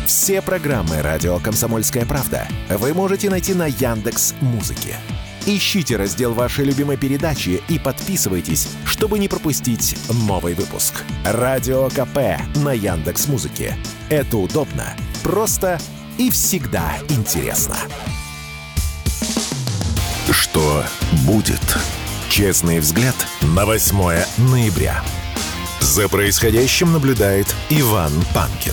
Все программы «Радио Комсомольская правда» вы можете найти на Яндекс.Музыке. Ищите раздел вашей любимой передачи и подписывайтесь, чтобы не пропустить новый выпуск. Радио КП на Яндекс.Музыке. Это удобно, просто и всегда интересно. Что будет? Честный взгляд на 8 ноября. За происходящим наблюдает Иван Панкин.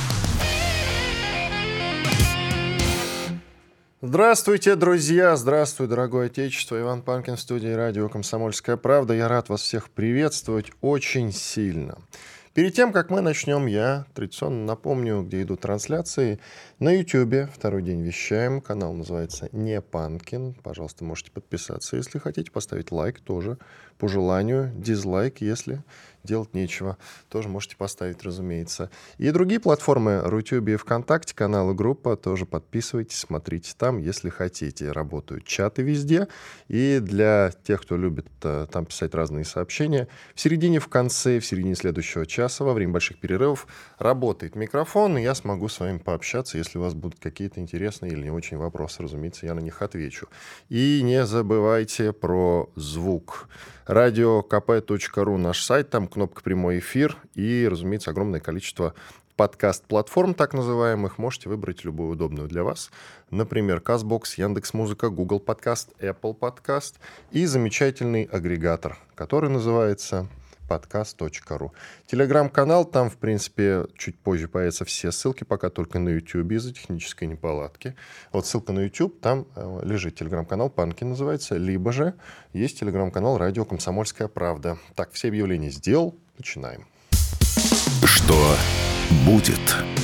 Здравствуйте, друзья! Здравствуй, дорогое отечество! Иван Панкин в студии радио «Комсомольская правда». Я рад вас всех приветствовать очень сильно. Перед тем, как мы начнем, я традиционно напомню, где идут трансляции. На YouTube второй день вещаем. Канал называется «Не Панкин». Пожалуйста, можете подписаться, если хотите. Поставить лайк тоже по желанию. Дизлайк, если делать нечего, тоже можете поставить, разумеется. И другие платформы, Рутюб и ВКонтакте, каналы, группа, тоже подписывайтесь, смотрите там, если хотите. Работают чаты везде. И для тех, кто любит там писать разные сообщения, в середине, в конце, в середине следующего часа, во время больших перерывов, работает микрофон, и я смогу с вами пообщаться, если у вас будут какие-то интересные или не очень вопросы, разумеется, я на них отвечу. И не забывайте про звук. Radiokp.ru наш сайт, там кнопка «Прямой эфир» и, разумеется, огромное количество подкаст-платформ, так называемых. Можете выбрать любую удобную для вас. Например, Castbox, Яндекс.Музыка, Google Подкаст, Apple Подкаст и замечательный агрегатор, который называется podcast.ru. Телеграм-канал, там, в принципе, чуть позже появятся все ссылки, пока только на YouTube из-за технической неполадки. Вот ссылка на YouTube, там лежит телеграм-канал, Панкин называется, либо же есть телеграм-канал «Радио Комсомольская правда». Так, все объявления сделал, начинаем. Что будет?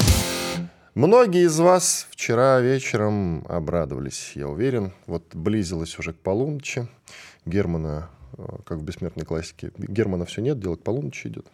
Многие из вас вчера вечером обрадовались, я уверен. Вот близилось уже к полуночи. Германа, как в бессмертной классике, Германа все нет, дело к полуночи идет.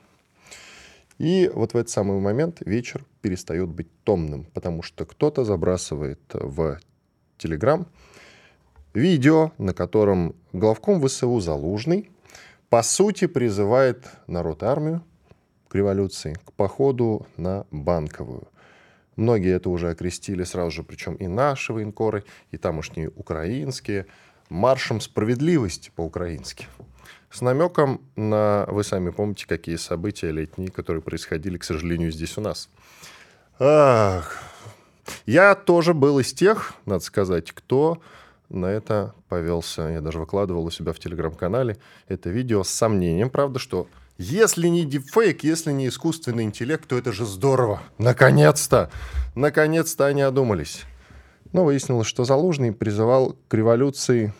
И вот в этот самый момент вечер перестает быть томным, потому что кто-то забрасывает в Телеграм видео, на котором главком ВСУ Залужный по сути призывает народ и армию к революции, к походу на Банковую. Многие это уже окрестили сразу же, причем и наши военкоры, и тамошние украинские, маршем справедливости по-украински. С намеком на, вы сами помните, какие события летние, которые происходили, к сожалению, здесь у нас. Я тоже был из тех, надо сказать, кто на это повелся. Я даже выкладывал у себя в телеграм-канале это видео с сомнением, правда, что если не дипфейк, если не искусственный интеллект, то это же здорово. Наконец-то! Наконец-то они одумались. Но выяснилось, что Залужный призывал к революции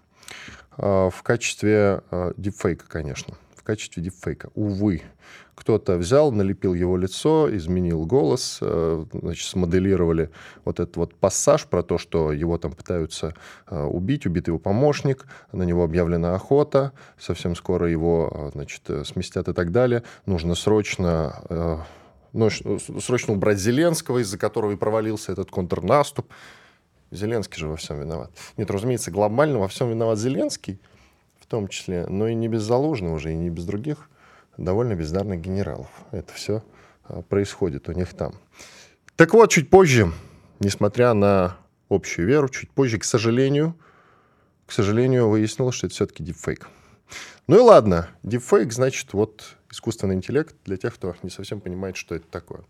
в качестве дипфейка, конечно. В качестве дипфейка. Увы, кто-то взял, налепил его лицо, изменил голос, значит, смоделировали вот этот вот пассаж про то, что его там пытаются убить, убит его помощник, на него объявлена охота, совсем скоро его, значит, сместят и так далее. Нужно срочно убрать Зеленского, из-за которого и провалился этот контрнаступ. Зеленский же во всем виноват. Нет, разумеется, глобально во всем виноват Зеленский, в том числе, но и не без Залужного уже, и не без других довольно бездарных генералов. Это все происходит у них там. Так вот, чуть позже, несмотря на общую веру, чуть позже, к сожалению, выяснилось, что это все-таки дипфейк. Ну и ладно, дипфейк, значит, вот искусственный интеллект для тех, кто не совсем понимает, что это такое.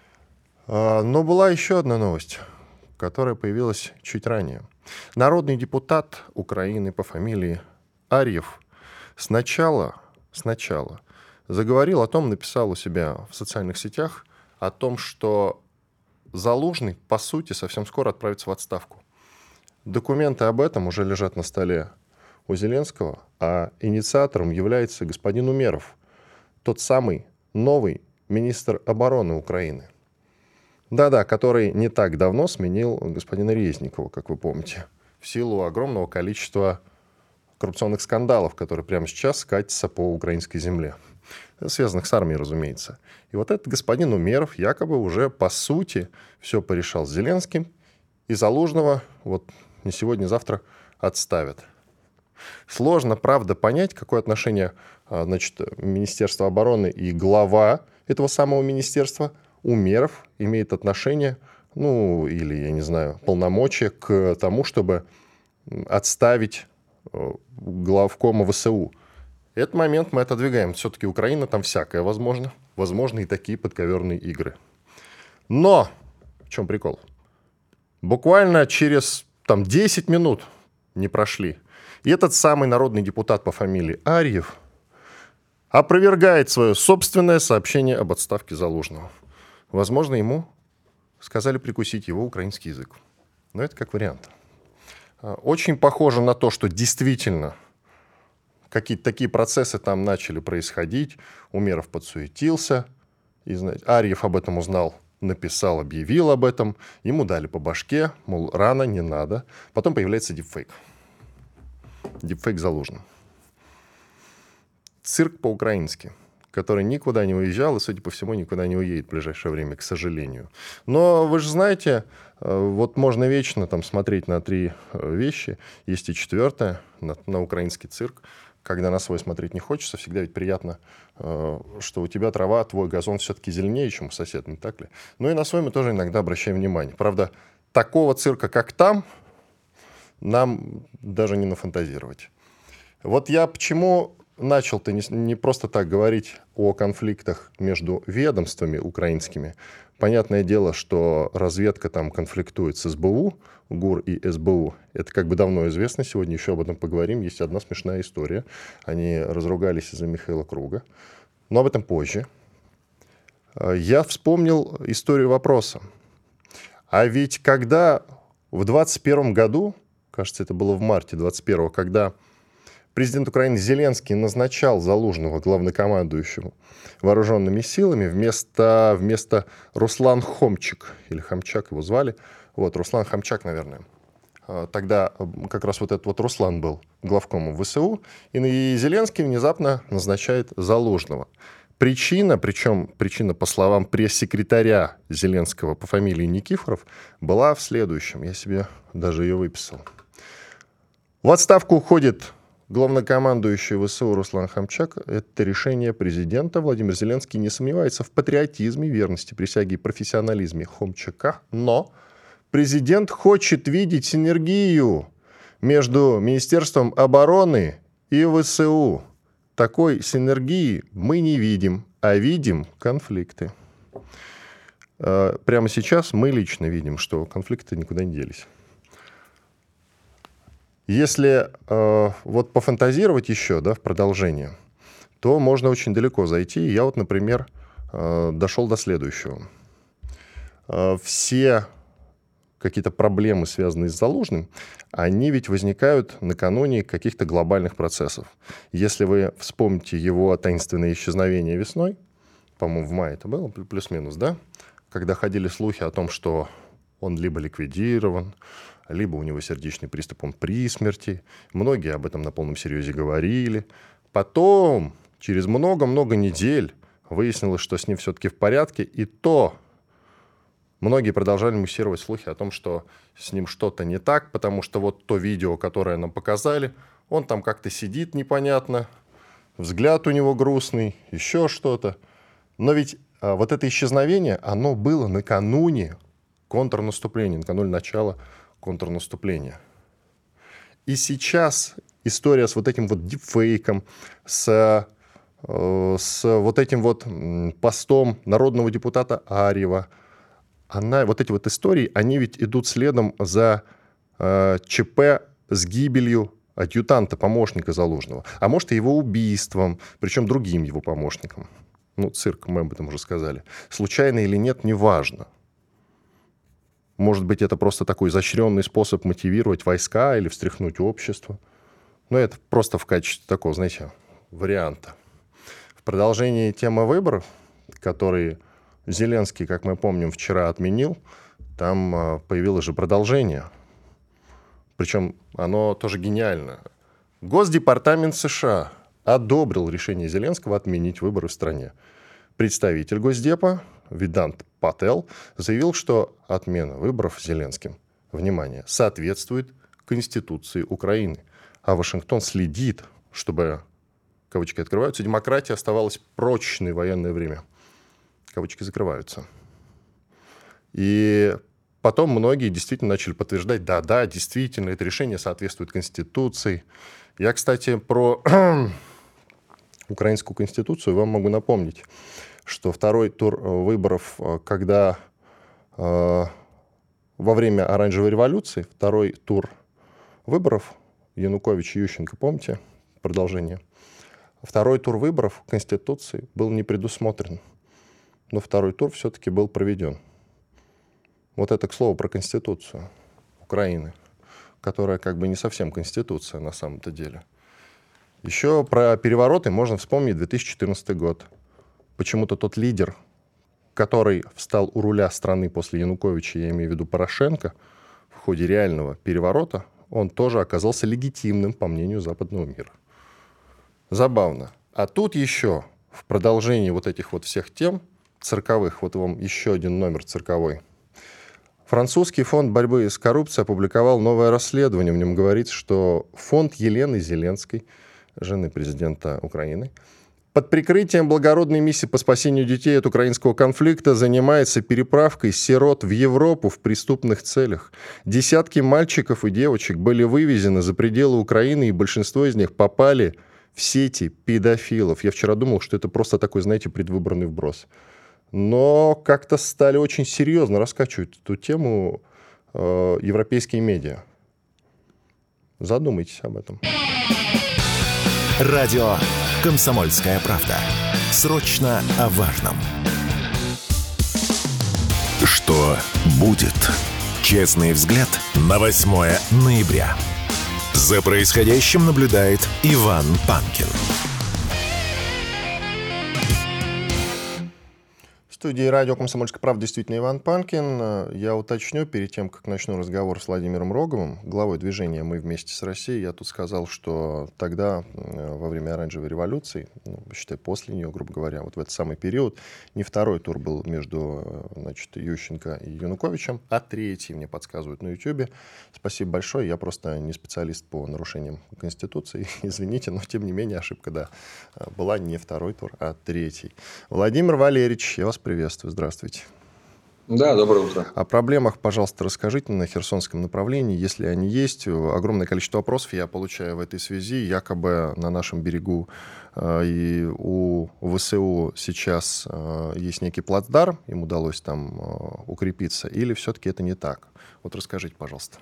Но была еще одна новость, которая появилась чуть ранее. Народный депутат Украины по фамилии Арьев сначала заговорил о том, написал у себя в социальных сетях о том, что Залужный, по сути, совсем скоро отправится в отставку. Документы об этом уже лежат на столе у Зеленского, а инициатором является господин Умеров, тот самый новый министр обороны Украины. Да-да, который не так давно сменил господина Резникова, как вы помните, в силу огромного количества коррупционных скандалов, которые прямо сейчас катятся по украинской земле, связанных с армией, разумеется. И вот этот господин Умеров якобы уже, по сути, все порешал с Зеленским, и Залужного вот не сегодня, а завтра отставят. Сложно, правда, понять, какое отношение, значит, Министерство обороны и глава этого самого министерства Умеров имеет отношение, или, я не знаю, полномочия к тому, чтобы отставить главкома ВСУ. Этот момент мы отодвигаем. Все-таки Украина, там всякое возможно. Возможны и такие подковерные игры. Но в чем прикол? Буквально через 10 минут не прошли. И этот самый народный депутат по фамилии Арьев опровергает свое собственное сообщение об отставке Залужного. Возможно, ему сказали прикусить его украинский язык. Но это как вариант. Очень похоже на то, что действительно какие-то такие процессы там начали происходить. Умеров подсуетился. Арьев об этом узнал, написал, объявил об этом. Ему дали по башке, мол, рано, не надо. Потом появляется дипфейк. Дипфейк Залужным. Цирк по-украински, который никуда не уезжал и, судя по всему, никуда не уедет в ближайшее время, к сожалению. Но вы же знаете, вот можно вечно там смотреть на 3 вещи. Есть и 4-я, на украинский цирк. Когда на свой смотреть не хочется, всегда ведь приятно, что у тебя трава, твой газон все-таки зеленее, чем у соседа, не так ли? Ну и на свой мы тоже иногда обращаем внимание. Правда, такого цирка, как там, нам даже не нафантазировать. Вот я почему начал-то не просто так говорить о конфликтах между ведомствами украинскими. Понятное дело, что разведка там конфликтует с СБУ, ГУР и СБУ. Это как бы давно известно, сегодня еще об этом поговорим. Есть одна смешная история. Они разругались из-за Михаила Круга. Но об этом позже. Я вспомнил историю вопроса. А ведь когда в 2021 году, кажется, это было в марте 2021, когда президент Украины Зеленский назначал Залужного главнокомандующим вооруженными силами вместо Руслан Хомчик, или Хомчак его звали. Руслан Хомчак, наверное. Тогда как раз вот этот Руслан был главкомом ВСУ, и Зеленский внезапно назначает Залужного. Причина, по словам пресс-секретаря Зеленского по фамилии Никифоров, была в следующем. Я себе даже ее выписал. В отставку уходит главнокомандующий ВСУ Руслан Хомчак. Это решение президента. Владимир Зеленский не сомневается в патриотизме, верности присяге и профессионализме Хомчака, но президент хочет видеть синергию между Министерством обороны и ВСУ. Такой синергии мы не видим, а видим конфликты. Прямо сейчас мы лично видим, что конфликты никуда не делись. Если пофантазировать еще, в продолжение, то можно очень далеко зайти. Я например, дошел до следующего. Все какие-то проблемы, связанные с Залужным, они ведь возникают накануне каких-то глобальных процессов. Если вы вспомните его таинственное исчезновение весной, по-моему, в мае это было, плюс-минус, да? Когда ходили слухи о том, что он либо ликвидирован, либо у него сердечный приступ, он при смерти. Многие об этом на полном серьезе говорили. Потом, через много-много недель, выяснилось, что с ним все-таки в порядке. И то многие продолжали муссировать слухи о том, что с ним что-то не так, потому что то видео, которое нам показали, он там как-то сидит непонятно, взгляд у него грустный, еще что-то. Но ведь это исчезновение, оно было накануне контрнаступления, накануне начала контрнаступления. И сейчас история с этим дипфейком, с этим постом народного депутата Арьева, эти истории, они ведь идут следом за ЧП с гибелью адъютанта, помощника Залужного. А может, и его убийством, причем другим его помощником. Цирк, мы об этом уже сказали. Случайно или нет, неважно. Может быть, это просто такой изощренный способ мотивировать войска или встряхнуть общество. Но это просто в качестве такого, варианта. В продолжении темы выборов, которые Зеленский, как мы помним, вчера отменил, там появилось же продолжение. Причем оно тоже гениально. Госдепартамент США одобрил решение Зеленского отменить выборы в стране. Представитель Госдепа Ведант Пател заявил, что отмена выборов Зеленским, внимание, соответствует Конституции Украины. А Вашингтон следит, чтобы, кавычки открываются, демократия оставалась прочной в военное время. Кавычки закрываются. И потом многие действительно начали подтверждать, да, действительно, это решение соответствует Конституции. Я, кстати, про украинскую Конституцию вам могу напомнить, что второй тур выборов, когда во время Оранжевой революции, второй тур выборов Янукович и Ющенко, помните продолжение? Второй тур выборов Конституции был не предусмотрен, но второй тур все-таки был проведен. Вот это, к слову, про Конституцию Украины, которая как бы не совсем Конституция на самом-то деле. Еще про перевороты можно вспомнить 2014 год. Почему-то тот лидер, который встал у руля страны после Януковича, я имею в виду Порошенко, в ходе реального переворота, он тоже оказался легитимным, по мнению западного мира. Забавно. А тут еще в продолжении вот этих вот всех тем цирковых, вот вам еще один номер цирковой. Французский фонд борьбы с коррупцией опубликовал новое расследование. В нем говорится, что фонд Елены Зеленской, жены президента Украины, под прикрытием благородной миссии по спасению детей от украинского конфликта занимается переправкой сирот в Европу в преступных целях. Десятки мальчиков и девочек были вывезены за пределы Украины, и большинство из них попали в сети педофилов. Я вчера думал, что это просто такой, знаете, предвыборный вброс. Но как-то стали очень серьезно раскачивать эту тему европейские медиа. Задумайтесь об этом. Радио «Комсомольская правда». Срочно о важном. Что будет? Честный взгляд на 8 ноября. За происходящим наблюдает Иван Панкин. В студии радио «Комсомольская правда» действительно Иван Панкин. Я уточню, перед тем, как начну разговор с Владимиром Роговым, главой движения «Мы вместе с Россией», я тут сказал, что тогда, во время Оранжевой революции, считай, после нее, грубо говоря, вот в этот самый период, не второй тур был между, значит, Ющенко и Януковичем, а третий, мне подсказывают на Ютьюбе. Спасибо большое, я просто не специалист по нарушениям Конституции, извините, но тем не менее ошибка, да, была не второй тур, а третий. Владимир Валерьевич, я вас приветствую, здравствуйте. Да, доброе утро. О проблемах, пожалуйста, расскажите на Херсонском направлении, если они есть. Огромное количество вопросов я получаю в этой связи. Якобы на нашем берегу и у ВСУ сейчас есть некий плацдарм, им удалось там укрепиться, или все-таки это не так? Вот расскажите, пожалуйста.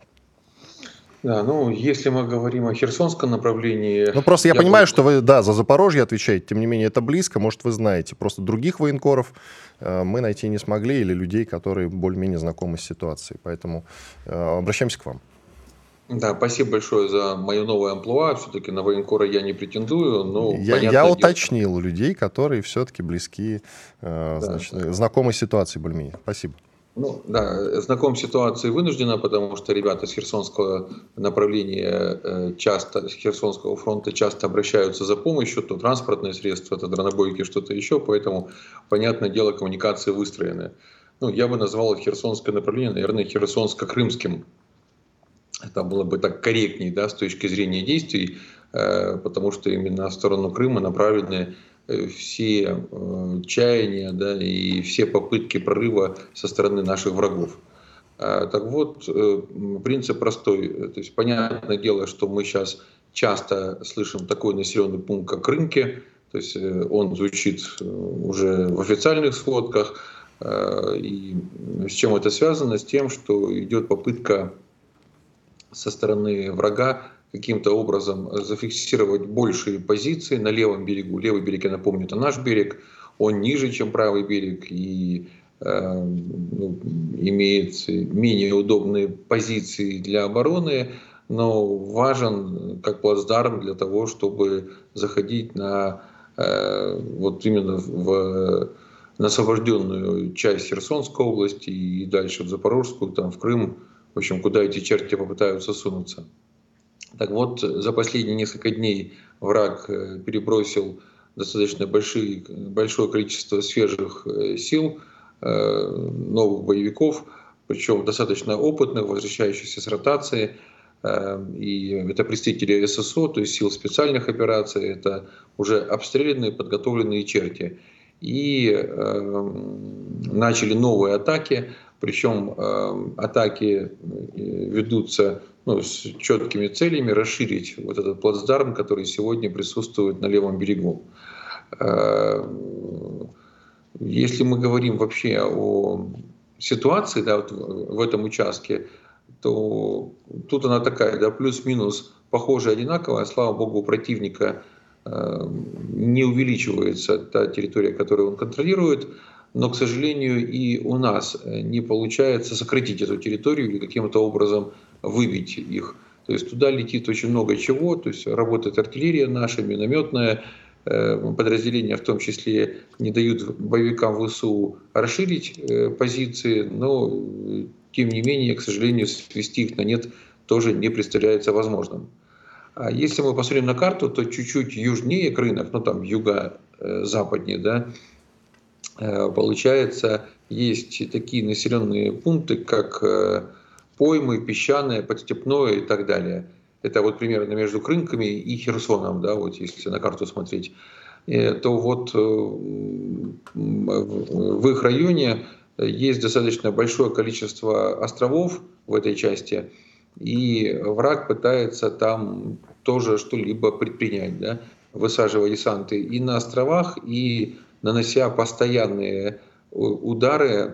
Да, ну, если мы говорим о Херсонском направлении... Ну, просто я понимаю, что вы, да, за Запорожье отвечаете, тем не менее, это близко, может, вы знаете. Просто других военкоров мы найти не смогли, или людей, которые более-менее знакомы с ситуацией. Поэтому обращаемся к вам. Да, спасибо большое за мою новую амплуа. Все-таки на военкора я не претендую, но... Я уточнил людей, которые все-таки близки, значит, знакомы с ситуацией более-менее. Спасибо. Ну, да, знаком с ситуацией вынуждена, потому что ребята с Херсонского направления, часто, с Херсонского фронта часто обращаются за помощью, то транспортные средства, то дронобойки, что-то еще, поэтому, понятное дело, коммуникации выстроены. Ну, я бы назвал Херсонское направление, наверное, Херсонско-Крымским. Это было бы так корректнее, да, с точки зрения действий, потому что именно в сторону Крыма направлены все чаяния, да, и все попытки прорыва со стороны наших врагов. Так вот, принцип простой. То есть, понятное дело, что мы сейчас часто слышим такой населенный пункт, как Рынки. То есть он звучит уже в официальных сводках. И с чем это связано? С тем, что идет попытка со стороны врага каким-то образом зафиксировать большие позиции на левом берегу. Левый берег, я напомню, это наш берег, он ниже, чем правый берег, и имеет менее удобные позиции для обороны, но важен как плацдарм для того, чтобы заходить на вот именно на освобожденную часть Херсонской области и дальше в Запорожскую, там в Крым, в общем, куда эти черти попытаются сунуться. Так вот, за последние несколько дней враг перебросил достаточно большое количество свежих сил, новых боевиков, причем достаточно опытных, возвращающихся с ротации. И это представители ССО, то есть сил специальных операций, это уже обстрелянные, подготовленные черти. и начали новые атаки. Причем атаки ведутся с четкими целями расширить вот этот плацдарм, который сегодня присутствует на левом берегу. Если мы говорим вообще о ситуации, да, вот в этом участке, то тут она такая, да, плюс-минус похожая, одинаковая. Слава богу, у противника не увеличивается та территория, которую он контролирует, но, к сожалению, и у нас не получается сократить эту территорию или каким-то образом выбить их. То есть туда летит очень много чего, то есть работает артиллерия наша, минометная, подразделения в том числе не дают боевикам ВСУ расширить позиции, но тем не менее, к сожалению, свести их на нет тоже не представляется возможным. А если мы посмотрим на карту, то чуть-чуть южнее Крынок, там юго-западнее, да, получается, есть такие населенные пункты, как Поймы, Песчаное, Подстепное и так далее. Это вот примерно между Крынками и Херсоном, да, вот если на карту смотреть, то вот в их районе есть достаточно большое количество островов в этой части, и враг пытается там тоже что-либо предпринять, да, высаживая десанты и на островах, и нанося постоянные удары,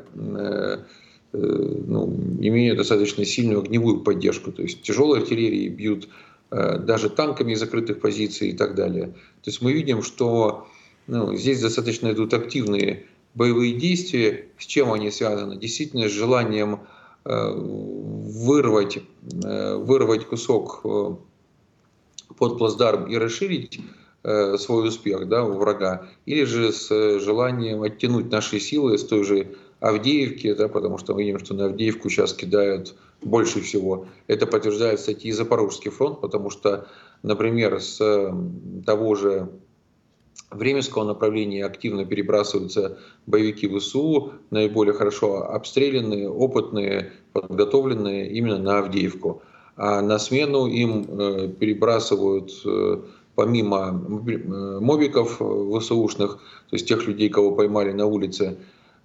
имея достаточно сильную огневую поддержку. То есть тяжелой артиллерии бьют даже танками из закрытых позиций и так далее. То есть мы видим, что здесь достаточно идут активные боевые действия. С чем они связаны? Действительно, с желанием вырвать кусок под плацдарм и расширить свой успех, да, у врага, или же с желанием оттянуть наши силы с той же Авдеевки, да, потому что мы видим, что на Авдеевку сейчас кидают больше всего. Это подтверждает, кстати, и Запорожский фронт, потому что, например, с того же Временского направления активно перебрасываются боевики ВСУ, наиболее хорошо обстрелянные, опытные, подготовленные именно на Авдеевку. А на смену им перебрасывают, помимо мобиков ВСУшных, то есть тех людей, кого поймали на улице,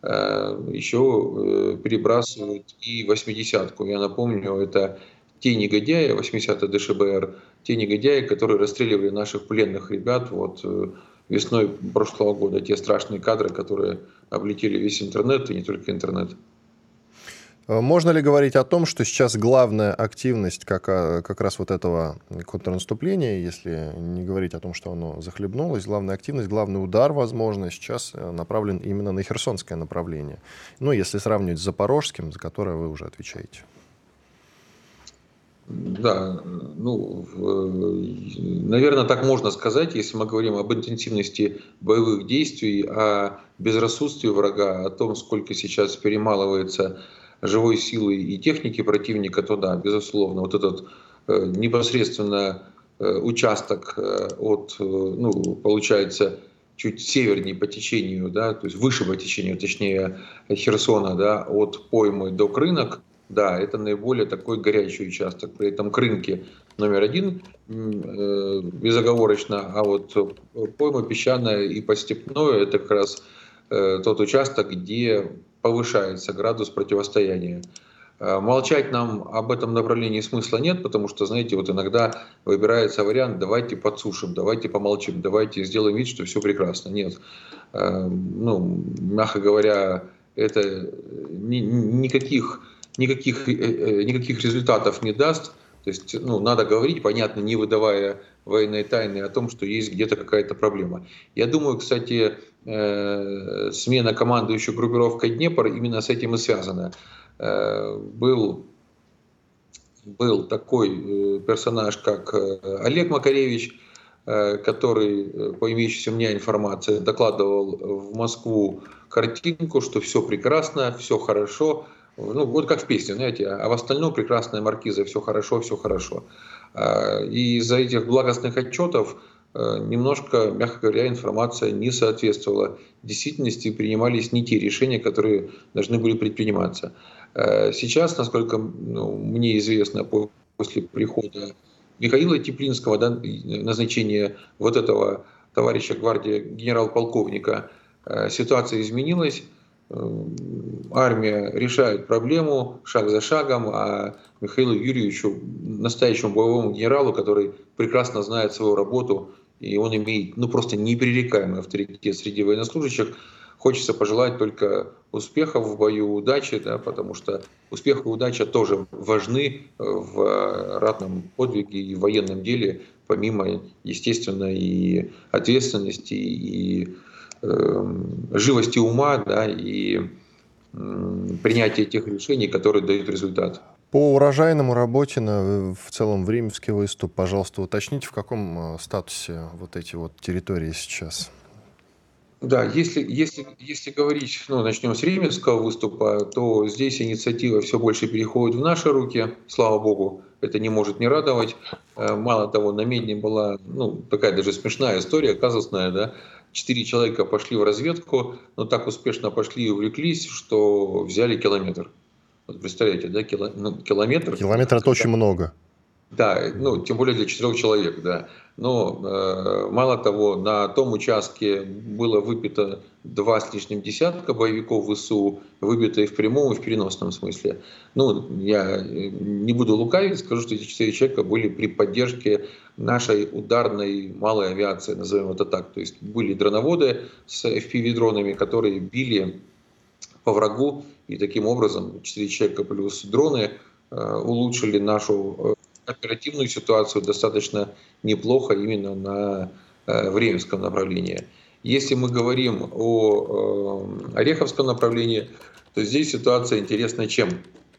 еще перебрасывают и 80-ку. Я напомню, это те негодяи, 80-й ДШБР, те негодяи, которые расстреливали наших пленных ребят вот весной прошлого года. Те страшные кадры, которые облетели весь интернет и не только интернет. Можно ли говорить о том, что сейчас главная активность как раз вот этого контрнаступления, если не говорить о том, что оно захлебнулось, главная активность, главный удар, возможно, сейчас направлен именно на Херсонское направление? Если сравнивать с Запорожским, за которое вы уже отвечаете. Да, наверное, так можно сказать, если мы говорим об интенсивности боевых действий, о безрассудстве врага, о том, сколько сейчас перемалывается живой силы и техники противника, то да, безусловно, вот этот непосредственно участок от, получается, чуть севернее по течению, да, то есть выше по течению, точнее, Херсона, да, от Поймы до Крынок, да, это наиболее такой горячий участок. При этом Крынки номер один безоговорочно, а вот Пойма, Песчаное и Подстепное — это как раз тот участок, где повышается градус противостояния. Молчать нам об этом направлении смысла нет, потому что, знаете, вот иногда выбирается вариант: давайте подсушим, давайте помолчим, давайте сделаем вид, что все прекрасно. Нет. Мягко говоря, это никаких результатов не даст. То есть, надо говорить, понятно, не выдавая военной тайны о том, что есть где-то какая-то проблема. Я думаю, кстати, смена командующей группировкой Днепр именно с этим и связана. Был такой персонаж, как Олег Макаревич, который, по имеющейся у меня информации, докладывал в Москву картинку, что все прекрасно, все хорошо. Вот как в песне, знаете, а в остальном прекрасная маркиза, все хорошо, все хорошо. И из-за этих благостных отчетов немножко, мягко говоря, информация не соответствовала действительности, принимались не те решения, которые должны были предприниматься. Сейчас, насколько мне известно, после прихода Михаила Теплинского, да, назначения вот этого товарища гвардии генерал-полковника, Ситуация изменилась, армия решает проблему шаг за шагом, а Михаилу Юрьевичу, настоящему боевому генералу, который прекрасно знает свою работу, и он имеет просто непререкаемый авторитет среди военнослужащих, хочется пожелать только успехов в бою, удачи, да, потому что успех и удача тоже важны в ратном подвиге и в военном деле, помимо, естественно, и ответственности, и живости ума, да, и принятия тех решений, которые дают результат. По урожайному Работино, в целом Временский выступ, пожалуйста, уточните, в каком статусе вот эти вот территории сейчас? Да, если говорить, начнем с Временского выступа, то здесь инициатива все больше переходит в наши руки, слава богу, это не может не радовать. Мало того, на Медне была, такая даже смешная история, казусная, да, 4 человека пошли в разведку, но так успешно пошли и увлеклись, что взяли километр. Вот представляете, да, километр. Километр — это очень много. Да, тем более для 4 человек, да. Но мало того, на том участке было выпито 2 с лишним десятка боевиков ВСУ, выбито и в прямом, и в переносном смысле. Я не буду лукавить, скажу, что эти 4 человека были при поддержке нашей ударной малой авиации, назовем это так. То есть были дроноводы с FPV-дронами, которые били по врагу, и таким образом 4 человека плюс дроны улучшили нашу оперативную ситуацию достаточно неплохо именно на Временском направлении. Если мы говорим о Ореховском направлении, то здесь ситуация интересна чем?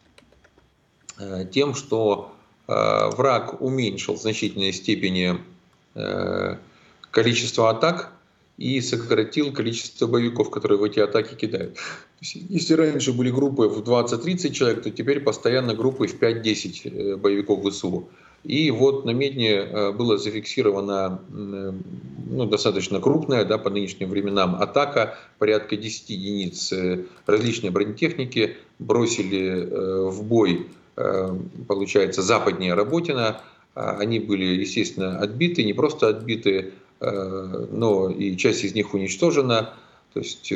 Тем, что враг уменьшил в значительной степени количество атак и сократил количество боевиков, которые в эти атаки кидают. То есть, если раньше были группы в 20-30 человек, то теперь постоянно группы в 5-10 боевиков ВСУ. И вот на Медне было зафиксирована достаточно крупная, да, по нынешним временам атака, порядка 10 единиц различной бронетехники бросили в бой, получается, западнее Работино. Они были, естественно, отбиты, не просто отбиты, но и часть из них уничтожена, то есть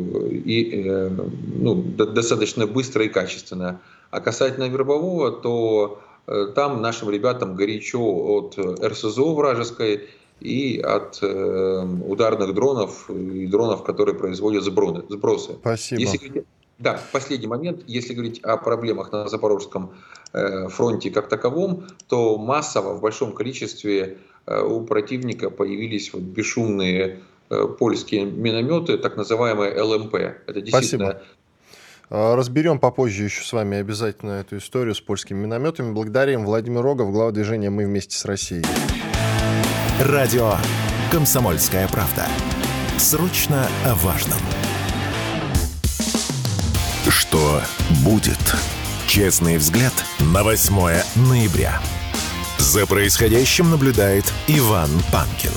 достаточно быстро и качественно. А касательно Вербового, то там нашим ребятам горячо от РСЗО вражеской и от ударных дронов и дронов, которые производят сбросы. Спасибо. Последний момент. Если говорить о проблемах на Запорожском фронте как таковом, то массово, в большом количестве у противника появились бесшумные польские минометы, так называемые ЛМП. Это действительно... Спасибо. Разберем попозже еще с вами обязательно эту историю с польскими минометами. Благодарим. Владимир Рогов, глава движения «Мы вместе с Россией». Радио «Комсомольская правда». Срочно о важном. Что будет? Честный взгляд на 8 ноября. За происходящим наблюдает Иван Панкин.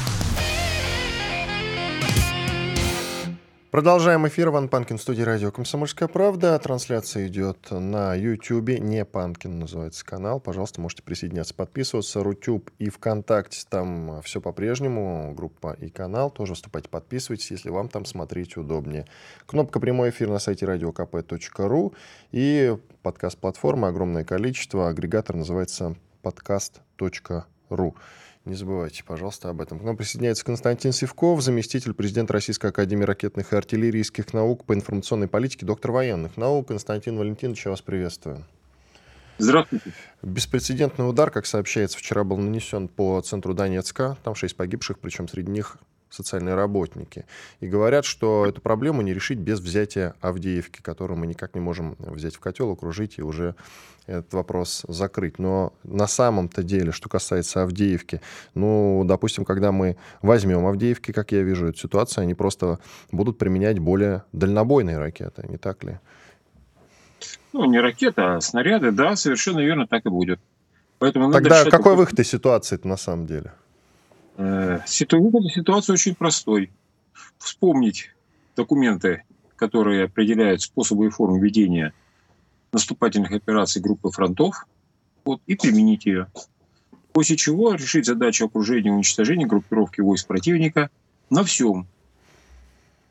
Продолжаем эфир. Иван Панкин, в студии радио «Комсомольская правда». Трансляция идет на YouTube. Не Панкин называется канал. Пожалуйста, можете присоединяться, подписываться. Рутюб и ВКонтакте, там все по-прежнему. Группа и канал. Тоже вступайте, подписывайтесь, если вам там смотреть удобнее. Кнопка «Прямой эфир» на сайте radiokp.ru. И подкаст-платформа огромное количество. Агрегатор называется podcast.ru. Не забывайте, пожалуйста, об этом. К нам присоединяется Константин Сивков, заместитель президента Российской академии ракетных и артиллерийских наук по информационной политике, доктор военных наук. Константин Валентинович, я вас приветствую. Здравствуйте. Беспрецедентный удар, как сообщается, вчера был нанесен по центру Донецка. Там 6 погибших, причем среди них социальные работники. И говорят, что эту проблему не решить без взятия Авдеевки, которую мы никак не можем взять в котел, окружить и уже этот вопрос закрыть. Но на самом-то деле, что касается Авдеевки, допустим, когда мы возьмем Авдеевки, как я вижу эту ситуацию, они просто будут применять более дальнобойные ракеты, не так ли? Не ракеты, а снаряды, да, совершенно верно, так и будет. Поэтому тогда какой выход из ситуации-то на самом деле? Ситуация очень простой. Вспомнить документы, которые определяют способы и формы ведения наступательных операций группы фронтов, и применить ее. После чего решить задачу окружения и уничтожения группировки войск противника на всем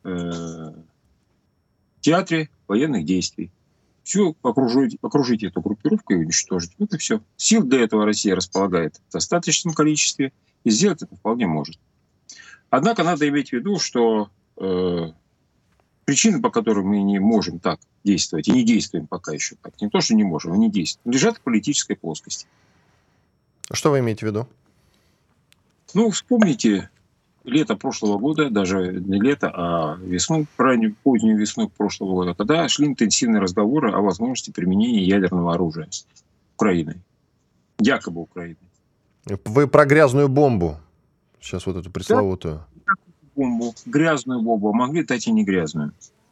театре военных действий. Все, окружить эту группировку и уничтожить. Вот и все. Сил для этого Россия располагает в достаточном количестве, и сделать это вполне может. Однако надо иметь в виду, что причины, по которым мы не можем так действовать, и не действуем пока еще так, не то, что не можем, а не действуем, лежат в политической плоскости. Что вы имеете в виду? Ну, вспомните лето прошлого года, даже не лето, а весну, позднюю весну прошлого года, когда шли интенсивные разговоры о возможности применения ядерного оружия Украиной. Якобы Украиной. Вы про грязную бомбу. Сейчас вот эту пресловутую. Бомбу, грязную бомбу, а могли дать и не грязную.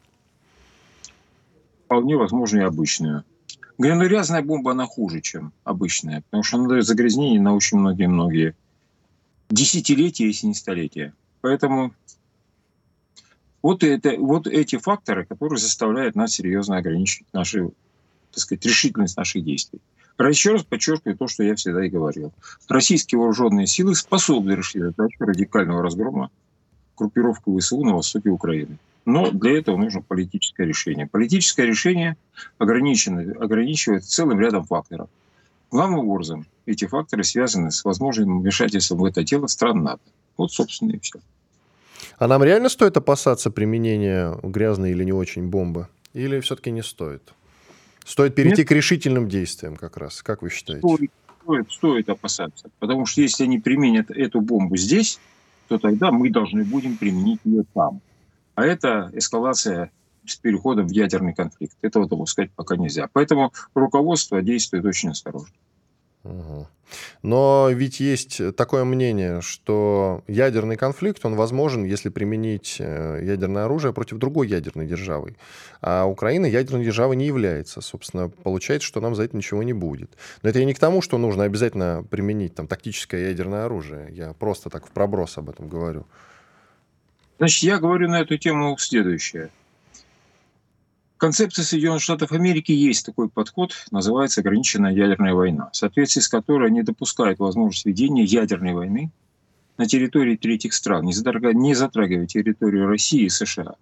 Вполне возможно и обычную. Грязная бомба, она хуже, чем обычная, потому что она дает загрязнение на очень многие десятилетия, если не столетия. Поэтому вот эти факторы, которые заставляют нас серьезно ограничивать решительность наших действий. Еще раз подчеркиваю то, что я всегда и говорил. Российские вооруженные силы способны решить задачу радикального разгрома группировки ВСУ на востоке Украины. Но для этого нужно политическое решение. Политическое решение ограничивает целым рядом факторов. Главным образом эти факторы связаны с возможным вмешательством в это дело стран НАТО. Вот, собственно, и все. А нам реально стоит опасаться применения грязной или не очень бомбы? Или все-таки не стоит? Стоит перейти к решительным действиям как раз. Как вы считаете? Стоит опасаться. Потому что если они применят эту бомбу здесь, то тогда мы должны будем применить ее там. А это эскалация с переходом в ядерный конфликт. Этого допускать пока нельзя. Поэтому руководство действует очень осторожно. Угу. Но ведь есть такое мнение, что ядерный конфликт, он возможен, если применить ядерное оружие против другой ядерной державы. А Украина ядерной державой не является. Собственно, получается, что нам за это ничего не будет. Но это и не к тому, что нужно обязательно применить там тактическое ядерное оружие. Я просто так в проброс об этом говорю. Значит, я говорю на эту тему следующее. В концепции Соединенных Штатов Америки есть такой подход, называется ограниченная ядерная война, в соответствии с которой они допускают возможность ведения ядерной войны на территории третьих стран, не затрагивая территорию России и США.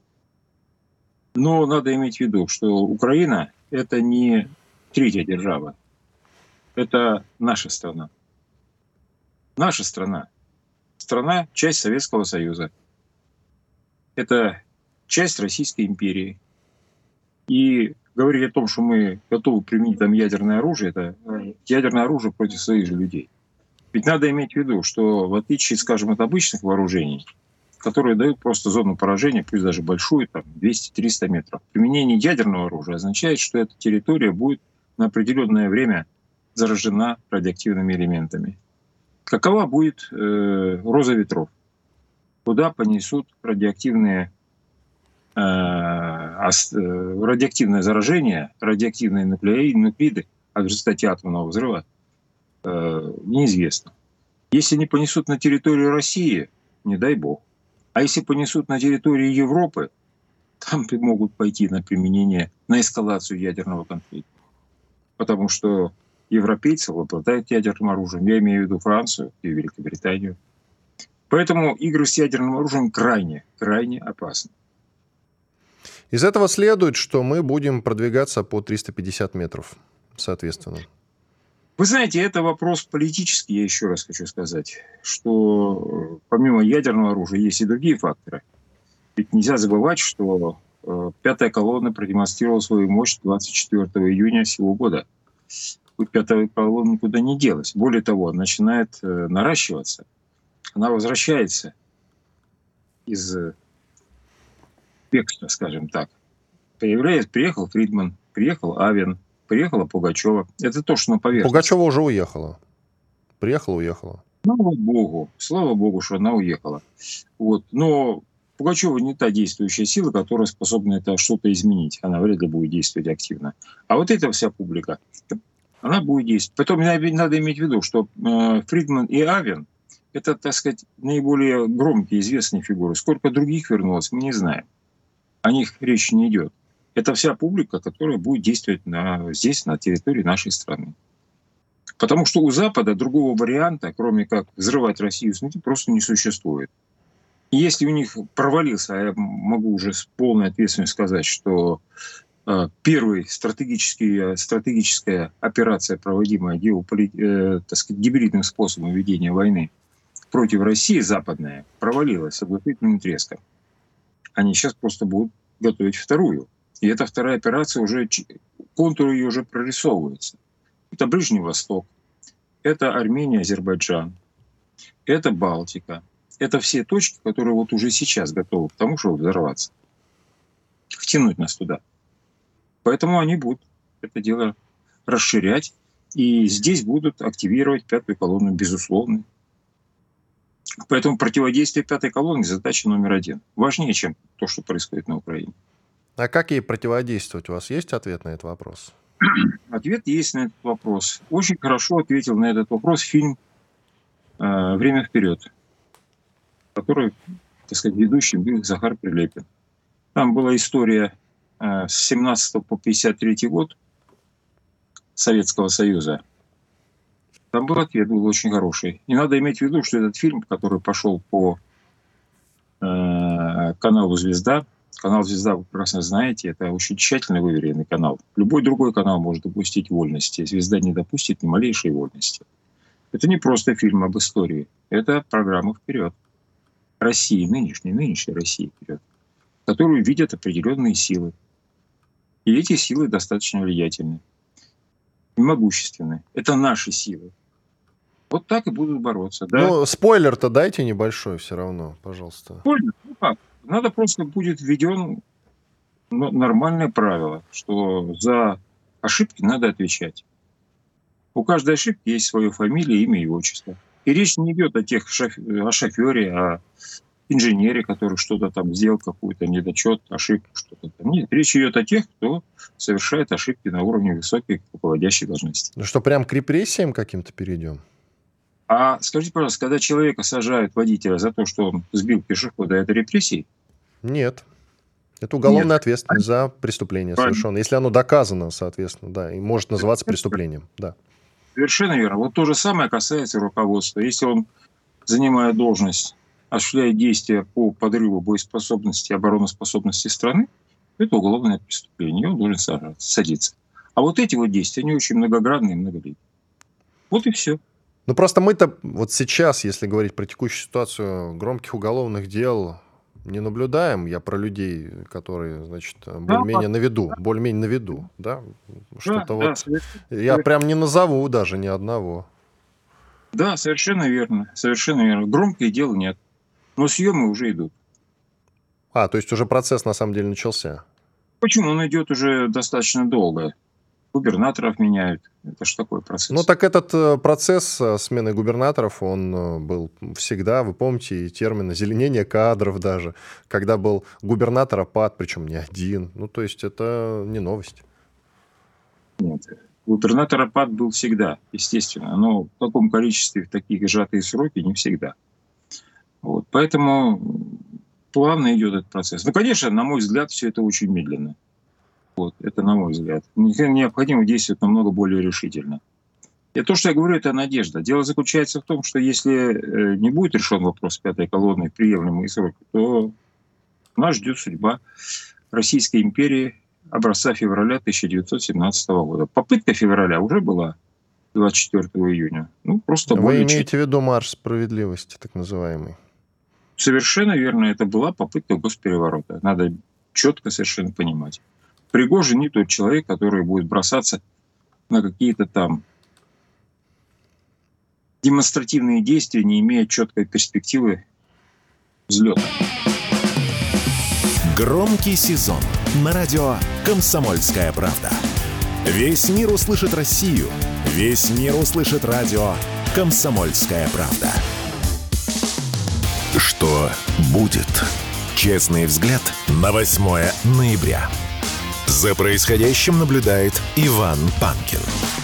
Но надо иметь в виду, что Украина – это не третья держава, это наша страна. Наша страна. Страна – часть Советского Союза. Это часть Российской империи. И говорить о том, что мы готовы применить там ядерное оружие, это ядерное оружие против своих же людей. Ведь надо иметь в виду, что в отличие, скажем, от обычных вооружений, которые дают просто зону поражения, пусть даже большую, там 200-300 метров, применение ядерного оружия означает, что эта территория будет на определенное время заражена радиоактивными элементами. Какова будет роза ветров? Куда понесут радиоактивное заражение, радиоактивные нуклиды, а в результате атомного взрыва неизвестно. Если не понесут на территорию России, не дай бог. А если понесут на территорию Европы, там могут пойти на применение, на эскалацию ядерного конфликта. Потому что европейцы обладают ядерным оружием. Я имею в виду Францию и Великобританию. Поэтому игры с ядерным оружием крайне опасны. Из этого следует, что мы будем продвигаться по 350 метров, соответственно. Вы знаете, это вопрос политический, я еще раз хочу сказать, что помимо ядерного оружия есть и другие факторы. Ведь нельзя забывать, что пятая колонна продемонстрировала свою мощь 24 июня сего года. Пятая колонна никуда не делась. Более того, она начинает наращиваться. Она возвращается из бегства, скажем так. Приехал Фридман, приехал Авен, приехала Пугачева. Это то, что на поверхности. Пугачева уже уехала. Уехала. Слава богу, что она уехала. Вот. Но Пугачева не та действующая сила, которая способна это что-то изменить. Она вряд ли будет действовать активно. А вот эта вся публика, она будет действовать. Потом надо иметь в виду, что Фридман и Авен – это, так сказать, наиболее громкие, известные фигуры. Сколько других вернулось, мы не знаем. О них речь не идет. Это вся публика, которая будет действовать здесь, на территории нашей страны. Потому что у Запада другого варианта, кроме как взрывать Россию снутри, просто не существует. И если у них провалился, а я могу уже с полной ответственностью сказать, что первая стратегическая операция, проводимая гибридным способом ведения войны против России, западная, провалилась с оглушительным треском. Они сейчас просто будут готовить вторую. И эта вторая операция уже, контур ее уже прорисовывается. Это Ближний Восток, это Армения, Азербайджан, это Балтика. Это все точки, которые вот уже сейчас готовы к тому, чтобы взорваться. Втянуть нас туда. Поэтому они будут это дело расширять. И здесь будут активировать пятую колонну, безусловно. Поэтому противодействие пятой колонны – задача номер один. Важнее, чем то, что происходит на Украине. А как ей противодействовать? У вас есть ответ на этот вопрос? Ответ есть на этот вопрос. Очень хорошо ответил на этот вопрос фильм «Время вперед», который, так сказать, ведущим был Захар Прилепин. Там была история с 17 по 53 год Советского Союза. Там был ответ, был очень хороший. И надо иметь в виду, что этот фильм, который пошел по каналу «Звезда», канал «Звезда», вы прекрасно знаете, это очень тщательно выверенный канал. Любой другой канал может допустить вольности. «Звезда» не допустит ни малейшей вольности. Это не просто фильм об истории. Это программа «Вперед». России, нынешней России вперед, которую видят определенные силы. И эти силы достаточно влиятельны и могущественны. Это наши силы. Вот так и будут бороться. Да? Ну, спойлер-то дайте небольшой все равно, пожалуйста. Спойлер? Ну как? Надо просто будет введен нормальное правило, что за ошибки надо отвечать. У каждой ошибки есть свое фамилия, имя и отчество. И речь не идет о шофере, о инженере, который что-то там сделал, какую-то недочет, ошибку, что-то там. Нет, речь идет о тех, кто совершает ошибки на уровне высокой руководящей должности. Ну что, прям к репрессиям каким-то перейдем? А скажите, пожалуйста, когда человека сажают, водителя, за то, что он сбил пешехода, это репрессии? Нет. Это уголовная ответственность за преступление совершенное. Если оно доказано, соответственно, да, и может называться преступлением, да. Совершенно верно. Вот то же самое касается руководства. Если он, занимая должность, осуществляет действия по подрыву боеспособности и обороноспособности страны, это уголовное преступление, и он должен садиться. А вот эти вот действия, они очень многогранные и многолетние. Вот и все. Ну просто мы-то вот сейчас, если говорить про текущую ситуацию, громких уголовных дел не наблюдаем. Я про людей, которые, значит, более-менее на виду, да? Что-то вот... Я прям не назову даже ни одного. Да, совершенно верно. Совершенно верно. Громких дел нет. Но съемы уже идут. То есть уже процесс на самом деле начался? Почему? Он идет уже достаточно долго. Губернаторов меняют. Это же такой процесс. Ну, так этот процесс смены губернаторов, он был всегда, вы помните, и термин озеленение кадров даже, когда был губернаторопад, причем не один. Ну, то есть это не новость. Нет. Губернаторопад был всегда, естественно. Но в таком количестве, в такие сжатые сроки не всегда. Вот. Поэтому плавно идет этот процесс. Ну, конечно, на мой взгляд, все это очень медленно. Вот, это на мой взгляд. Необходимо действовать намного более решительно. И то, что я говорю, это надежда. Дело заключается в том, что если не будет решен вопрос пятой колонны в приемлемые сроки, то нас ждет судьба Российской империи образца февраля 1917 года. Попытка февраля уже была 24 июня. Ну, просто Вы имеете в виду марш справедливости, так называемый? Совершенно верно. Это была попытка госпереворота. Надо четко совершенно понимать. Пригожин не тот человек, который будет бросаться на какие-то там демонстративные действия, не имея четкой перспективы взлета. Громкий сезон на радио «Комсомольская правда». Весь мир услышит Россию. Весь мир услышит радио «Комсомольская правда». Что будет? Честный взгляд на 8 ноября. За происходящим наблюдает Иван Панкин.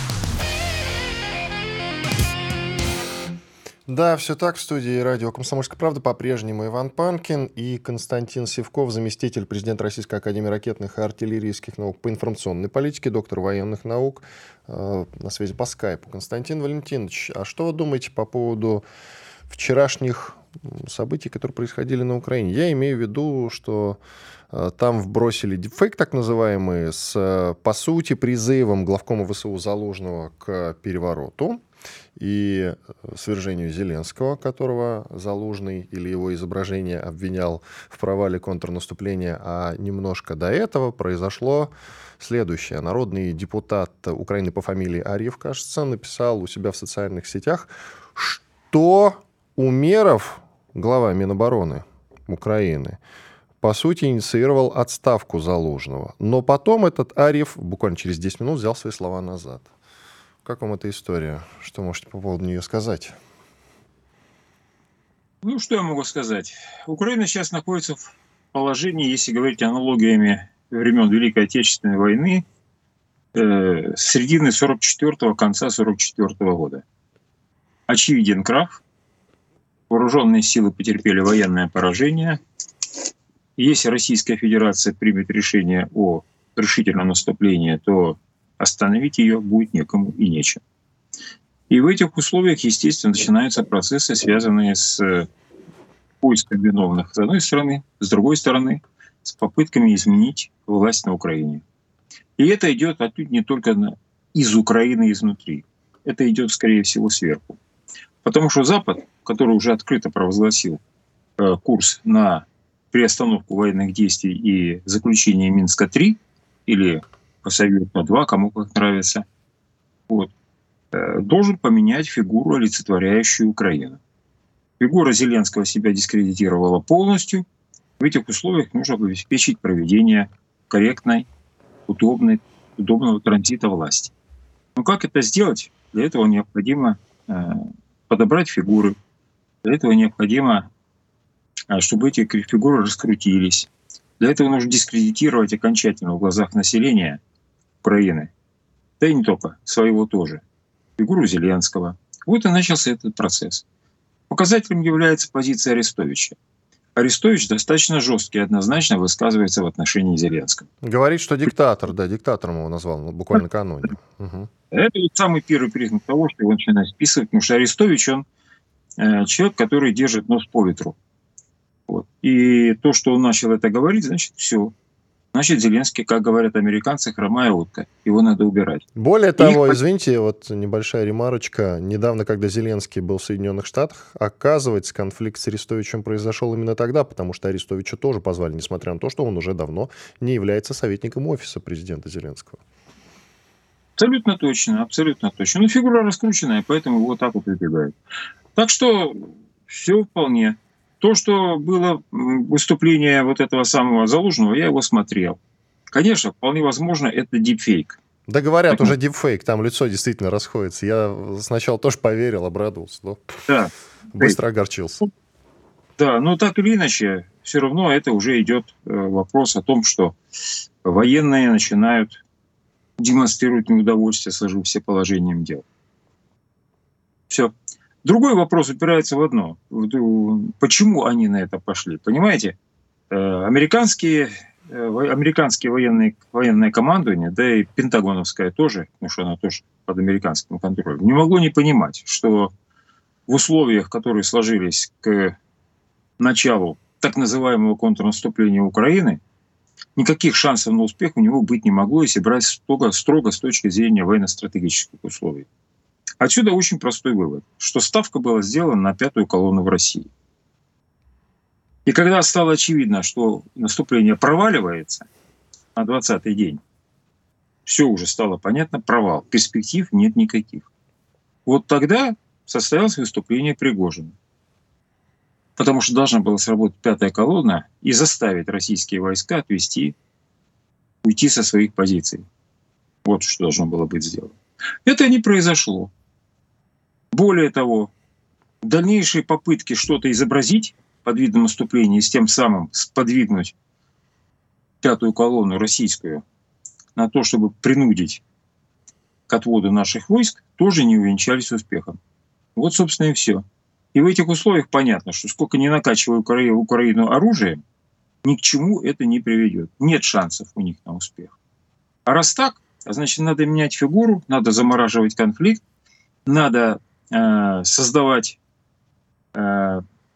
Да, все так. В студии радио «Комсомольская правда» по-прежнему Иван Панкин и Константин Сивков, заместитель президента Российской академии ракетных и артиллерийских наук по информационной политике, доктор военных наук. На связи по скайпу. Константин Валентинович, а что вы думаете по поводу вчерашних событий, которые происходили на Украине. Я имею в виду, что там вбросили дипфейк так называемый с, по сути, призывом главкома ВСУ Залужного к перевороту и свержению Зеленского, которого Залужный или его изображение обвинял в провале контрнаступления. А немножко до этого произошло следующее. Народный депутат Украины по фамилии Арьев, кажется, написал у себя в социальных сетях, что Умеров, глава Минобороны Украины, по сути, инициировал отставку Залужного. Но потом этот Арьев буквально через 10 минут взял свои слова назад. Как вам эта история? Что можете по поводу нее сказать? Ну, что я могу сказать? Украина сейчас находится в положении, если говорить аналогиями времен Великой Отечественной войны, середины 44-го, конца 44-го года. Очевиден крах. Вооруженные силы потерпели военное поражение. Если Российская Федерация примет решение о решительном наступлении, то остановить ее будет некому и нечем. И в этих условиях, естественно, начинаются процессы, связанные с поиском виновных с одной стороны, с другой стороны, с попытками изменить власть на Украине. И это идет отнюдь не только из Украины изнутри. Это идет, скорее всего, сверху. Потому что Запад, который уже открыто провозгласил курс на приостановку военных действий и заключение Минска-3, или по Совету 2, кому как нравится, должен поменять фигуру, олицетворяющую Украину. Фигура Зеленского себя дискредитировала полностью. В этих условиях нужно обеспечить проведение корректной, удобного транзита власти. Но как это сделать? Для этого необходимо подобрать фигуры. Для этого необходимо, чтобы эти фигуры раскрутились. Для этого нужно дискредитировать окончательно в глазах населения Украины, да и не только, своего тоже, фигуру Зеленского. Вот и начался этот процесс. Показателем является позиция Арестовича. Арестович достаточно жесткий и однозначно высказывается в отношении Зеленского. Говорит, что диктатор, да, диктатором его назвал буквально накануне. Угу. Это вот самый первый признак того, что его начинают списывать, потому что Арестович, он человек, который держит нос по ветру. Вот. И то, что он начал это говорить, значит, все. Значит, Зеленский, как говорят американцы, хромая утка. Его надо убирать. Более того, извините, вот небольшая ремарочка. Недавно, когда Зеленский был в Соединенных Штатах, оказывается, конфликт с Арестовичем произошел именно тогда, потому что Арестовича тоже позвали, несмотря на то, что он уже давно не является советником офиса президента Зеленского. Абсолютно точно, абсолютно точно. Но фигура раскрученная, поэтому его вот так вот выдвигают. Так что все вполне. То, что было выступление вот этого самого Залужного, я его смотрел. Конечно, вполне возможно, это дипфейк. Да говорят, уже дипфейк, там лицо действительно расходится. Я сначала тоже поверил, обрадовался, но да. Быстро огорчился. Да, но так или иначе, все равно это уже идет вопрос о том, что военные начинают демонстрировать неудовольствие, сложив все положением дел. Все. Другой вопрос упирается в одно. Почему они на это пошли? Понимаете, американское военное командование, да и пентагоновское тоже, потому что оно тоже под американским контролем, не могло не понимать, что в условиях, которые сложились к началу так называемого контрнаступления Украины, никаких шансов на успех у него быть не могло, если брать строго с точки зрения военно-стратегических условий. Отсюда очень простой вывод, что ставка была сделана на пятую колонну в России. И когда стало очевидно, что наступление проваливается на 20-й день, все уже стало понятно, провал, перспектив нет никаких. Вот тогда состоялось выступление Пригожина. Потому что должна была сработать пятая колонна и заставить российские войска уйти со своих позиций. Вот что должно было быть сделано. Это не произошло. Более того, дальнейшие попытки что-то изобразить под видом наступления и с тем самым сподвигнуть пятую колонну российскую на то, чтобы принудить к отводу наших войск, тоже не увенчались успехом. Вот, собственно, и все. И в этих условиях понятно, что сколько ни накачивая Украину оружием, ни к чему это не приведет. Нет шансов у них на успех. А раз так, значит, надо менять фигуру, надо замораживать конфликт, надо создавать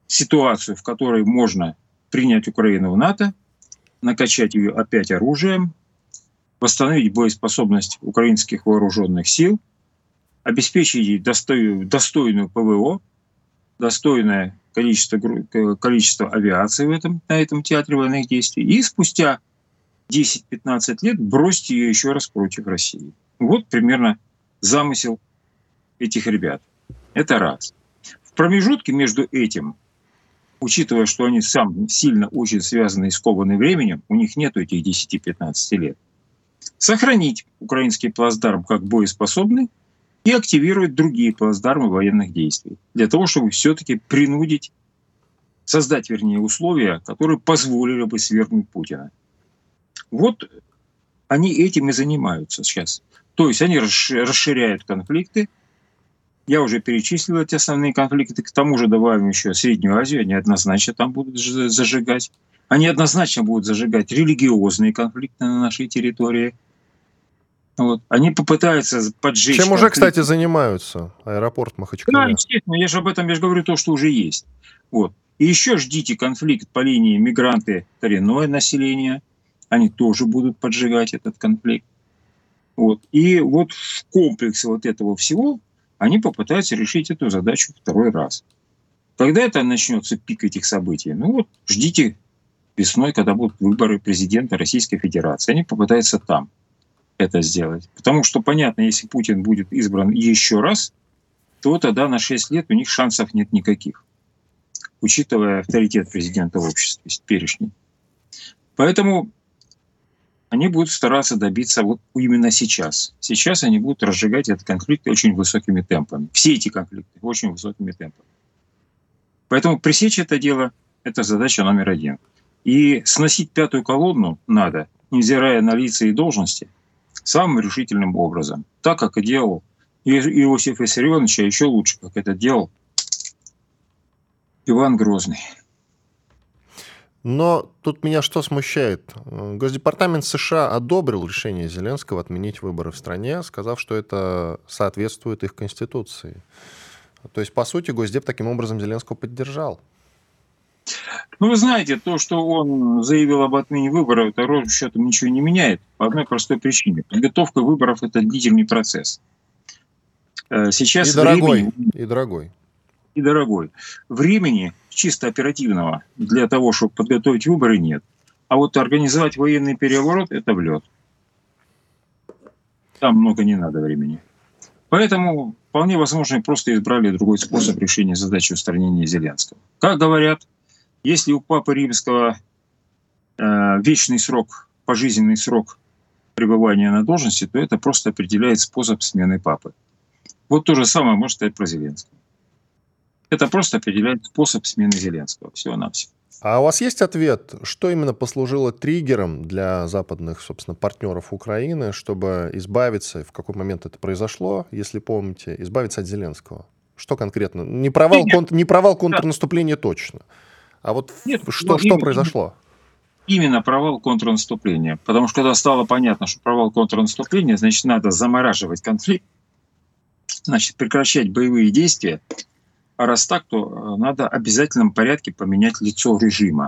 ситуацию, в которой можно принять Украину в НАТО, накачать ее опять оружием, восстановить боеспособность украинских вооруженных сил, обеспечить ей достойную ПВО, достойное количество авиации на этом театре военных действий, и спустя 10-15 лет бросить ее еще раз против России. Вот примерно замысел этих ребят. Это раз. В промежутке между этим, учитывая, что они сам сильно очень связаны и скованы временем, у них нет этих 10-15 лет, сохранить украинский плацдарм как боеспособный и активировать другие плацдармы военных действий, для того, чтобы все-таки создать условия, которые позволили бы свергнуть Путина. Вот они этим и занимаются сейчас. То есть они расширяют конфликты. Я уже перечислил эти основные конфликты. К тому же добавим еще Среднюю Азию. Они однозначно там будут зажигать. Они однозначно будут зажигать религиозные конфликты на нашей территории. Вот. Они попытаются поджечь... Чем уже, кстати, занимаются? Аэропорт Махачкала. Да, естественно. Я же об этом говорю, то, что уже есть. Вот. И еще ждите конфликт по линии мигранты, коренное население. Они тоже будут поджигать этот конфликт. Вот. И вот в комплексе вот этого всего они попытаются решить эту задачу второй раз. Когда это начнется пик этих событий? Ну вот ждите весной, когда будут выборы президента Российской Федерации. Они попытаются там это сделать. Потому что, понятно, если Путин будет избран еще раз, то тогда на 6 лет у них шансов нет никаких, учитывая авторитет президента в обществе теперешний. Поэтому они будут стараться добиться вот именно сейчас. Сейчас они будут разжигать этот конфликт очень высокими темпами. Все эти конфликты очень высокими темпами. Поэтому пресечь это дело – это задача номер один. И сносить пятую колонну надо, невзирая на лица и должности, самым решительным образом. Так, как и делал Иосиф Виссарионович, а еще лучше, как это делал Иван Грозный. Но тут меня что смущает? Госдепартамент США одобрил решение Зеленского отменить выборы в стране, сказав, что это соответствует их конституции. То есть, по сути, Госдеп таким образом Зеленского поддержал. Ну, вы знаете, то, что он заявил об отмене выборов, это ровным счетом ничего не меняет по одной простой причине. Подготовка выборов – это длительный процесс. Сейчас и дорогой, и дорогой. Времени чисто оперативного для того, чтобы подготовить выборы, нет. А вот организовать военный переворот – это в лед. Там много не надо времени. Поэтому вполне возможно, просто избрали другой способ решения задачи устранения Зеленского. Как говорят, если у Папы Римского вечный срок, пожизненный срок пребывания на должности, то это просто определяет способ смены Папы. Вот то же самое может сказать про Зеленского. Это просто определяет способ смены Зеленского. Всего-навсего. А у вас есть ответ, что именно послужило триггером для западных, собственно, партнеров Украины, чтобы избавиться, в какой момент это произошло, если помните, избавиться от Зеленского? Что конкретно? Не провал контрнаступления точно. А вот что произошло? Именно провал контрнаступления. Потому что когда стало понятно, что провал контрнаступления, значит, надо замораживать конфликт, значит, прекращать боевые действия. А раз так, то надо в обязательном порядке поменять лицо режима.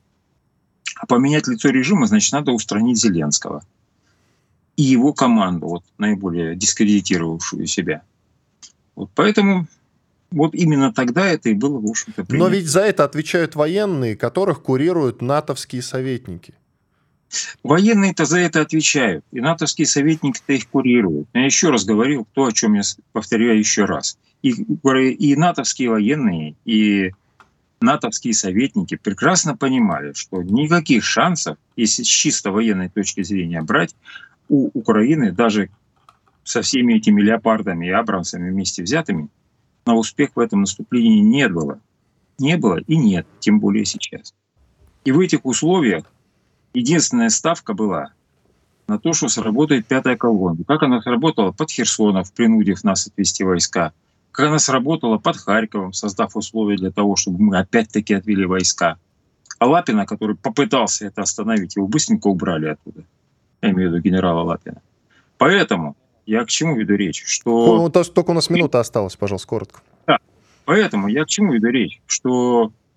А поменять лицо режима, значит, надо устранить Зеленского и его команду, вот, наиболее дискредитировавшую себя. Вот поэтому вот именно тогда это и было, в общем-то, принято. Но ведь за это отвечают военные, которых курируют натовские советники. Военные-то за это отвечают, и натовские советники-то их курируют. Я еще раз говорил то, о чем я повторяю еще раз. И натовские военные, и натовские советники прекрасно понимали, что никаких шансов, если с чисто военной точки зрения брать, у Украины даже со всеми этими леопардами и абрамсами вместе взятыми на успех в этом наступлении не было. Не было и нет, тем более сейчас. И в этих условиях единственная ставка была на то, что сработает пятая колонна. Как она сработала под Херсоном, принудив нас отвести войска. Как она сработала под Харьковом, создав условия для того, чтобы мы опять-таки отвели войска. А Лапина, который попытался это остановить, его быстренько убрали оттуда. Я имею в виду генерала Лапина. Поэтому я к чему веду речь? Что... Только у нас минута осталась, пожалуйста, коротко. Да. Поэтому я к чему веду речь? Что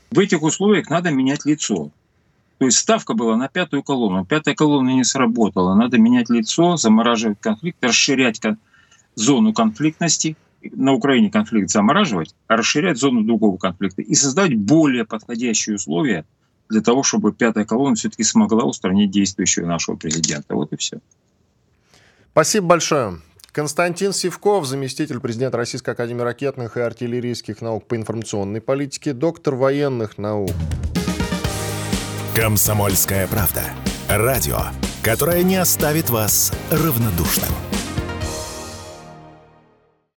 В этих условиях надо менять лицо. То есть ставка была на 5-ю колонну. 5-я колонна не сработала. Надо менять лицо, замораживать конфликт, расширять зону конфликтности. На Украине конфликт замораживать, а расширять зону другого конфликта и создать более подходящие условия для того, чтобы 5-я колонна все-таки смогла устранить действующего нашего президента. Вот и все. Спасибо большое. Константин Сивков, заместитель президента Российской академии ракетных и артиллерийских наук по информационной политике, доктор военных наук. «Комсомольская правда». Радио, которое не оставит вас равнодушным.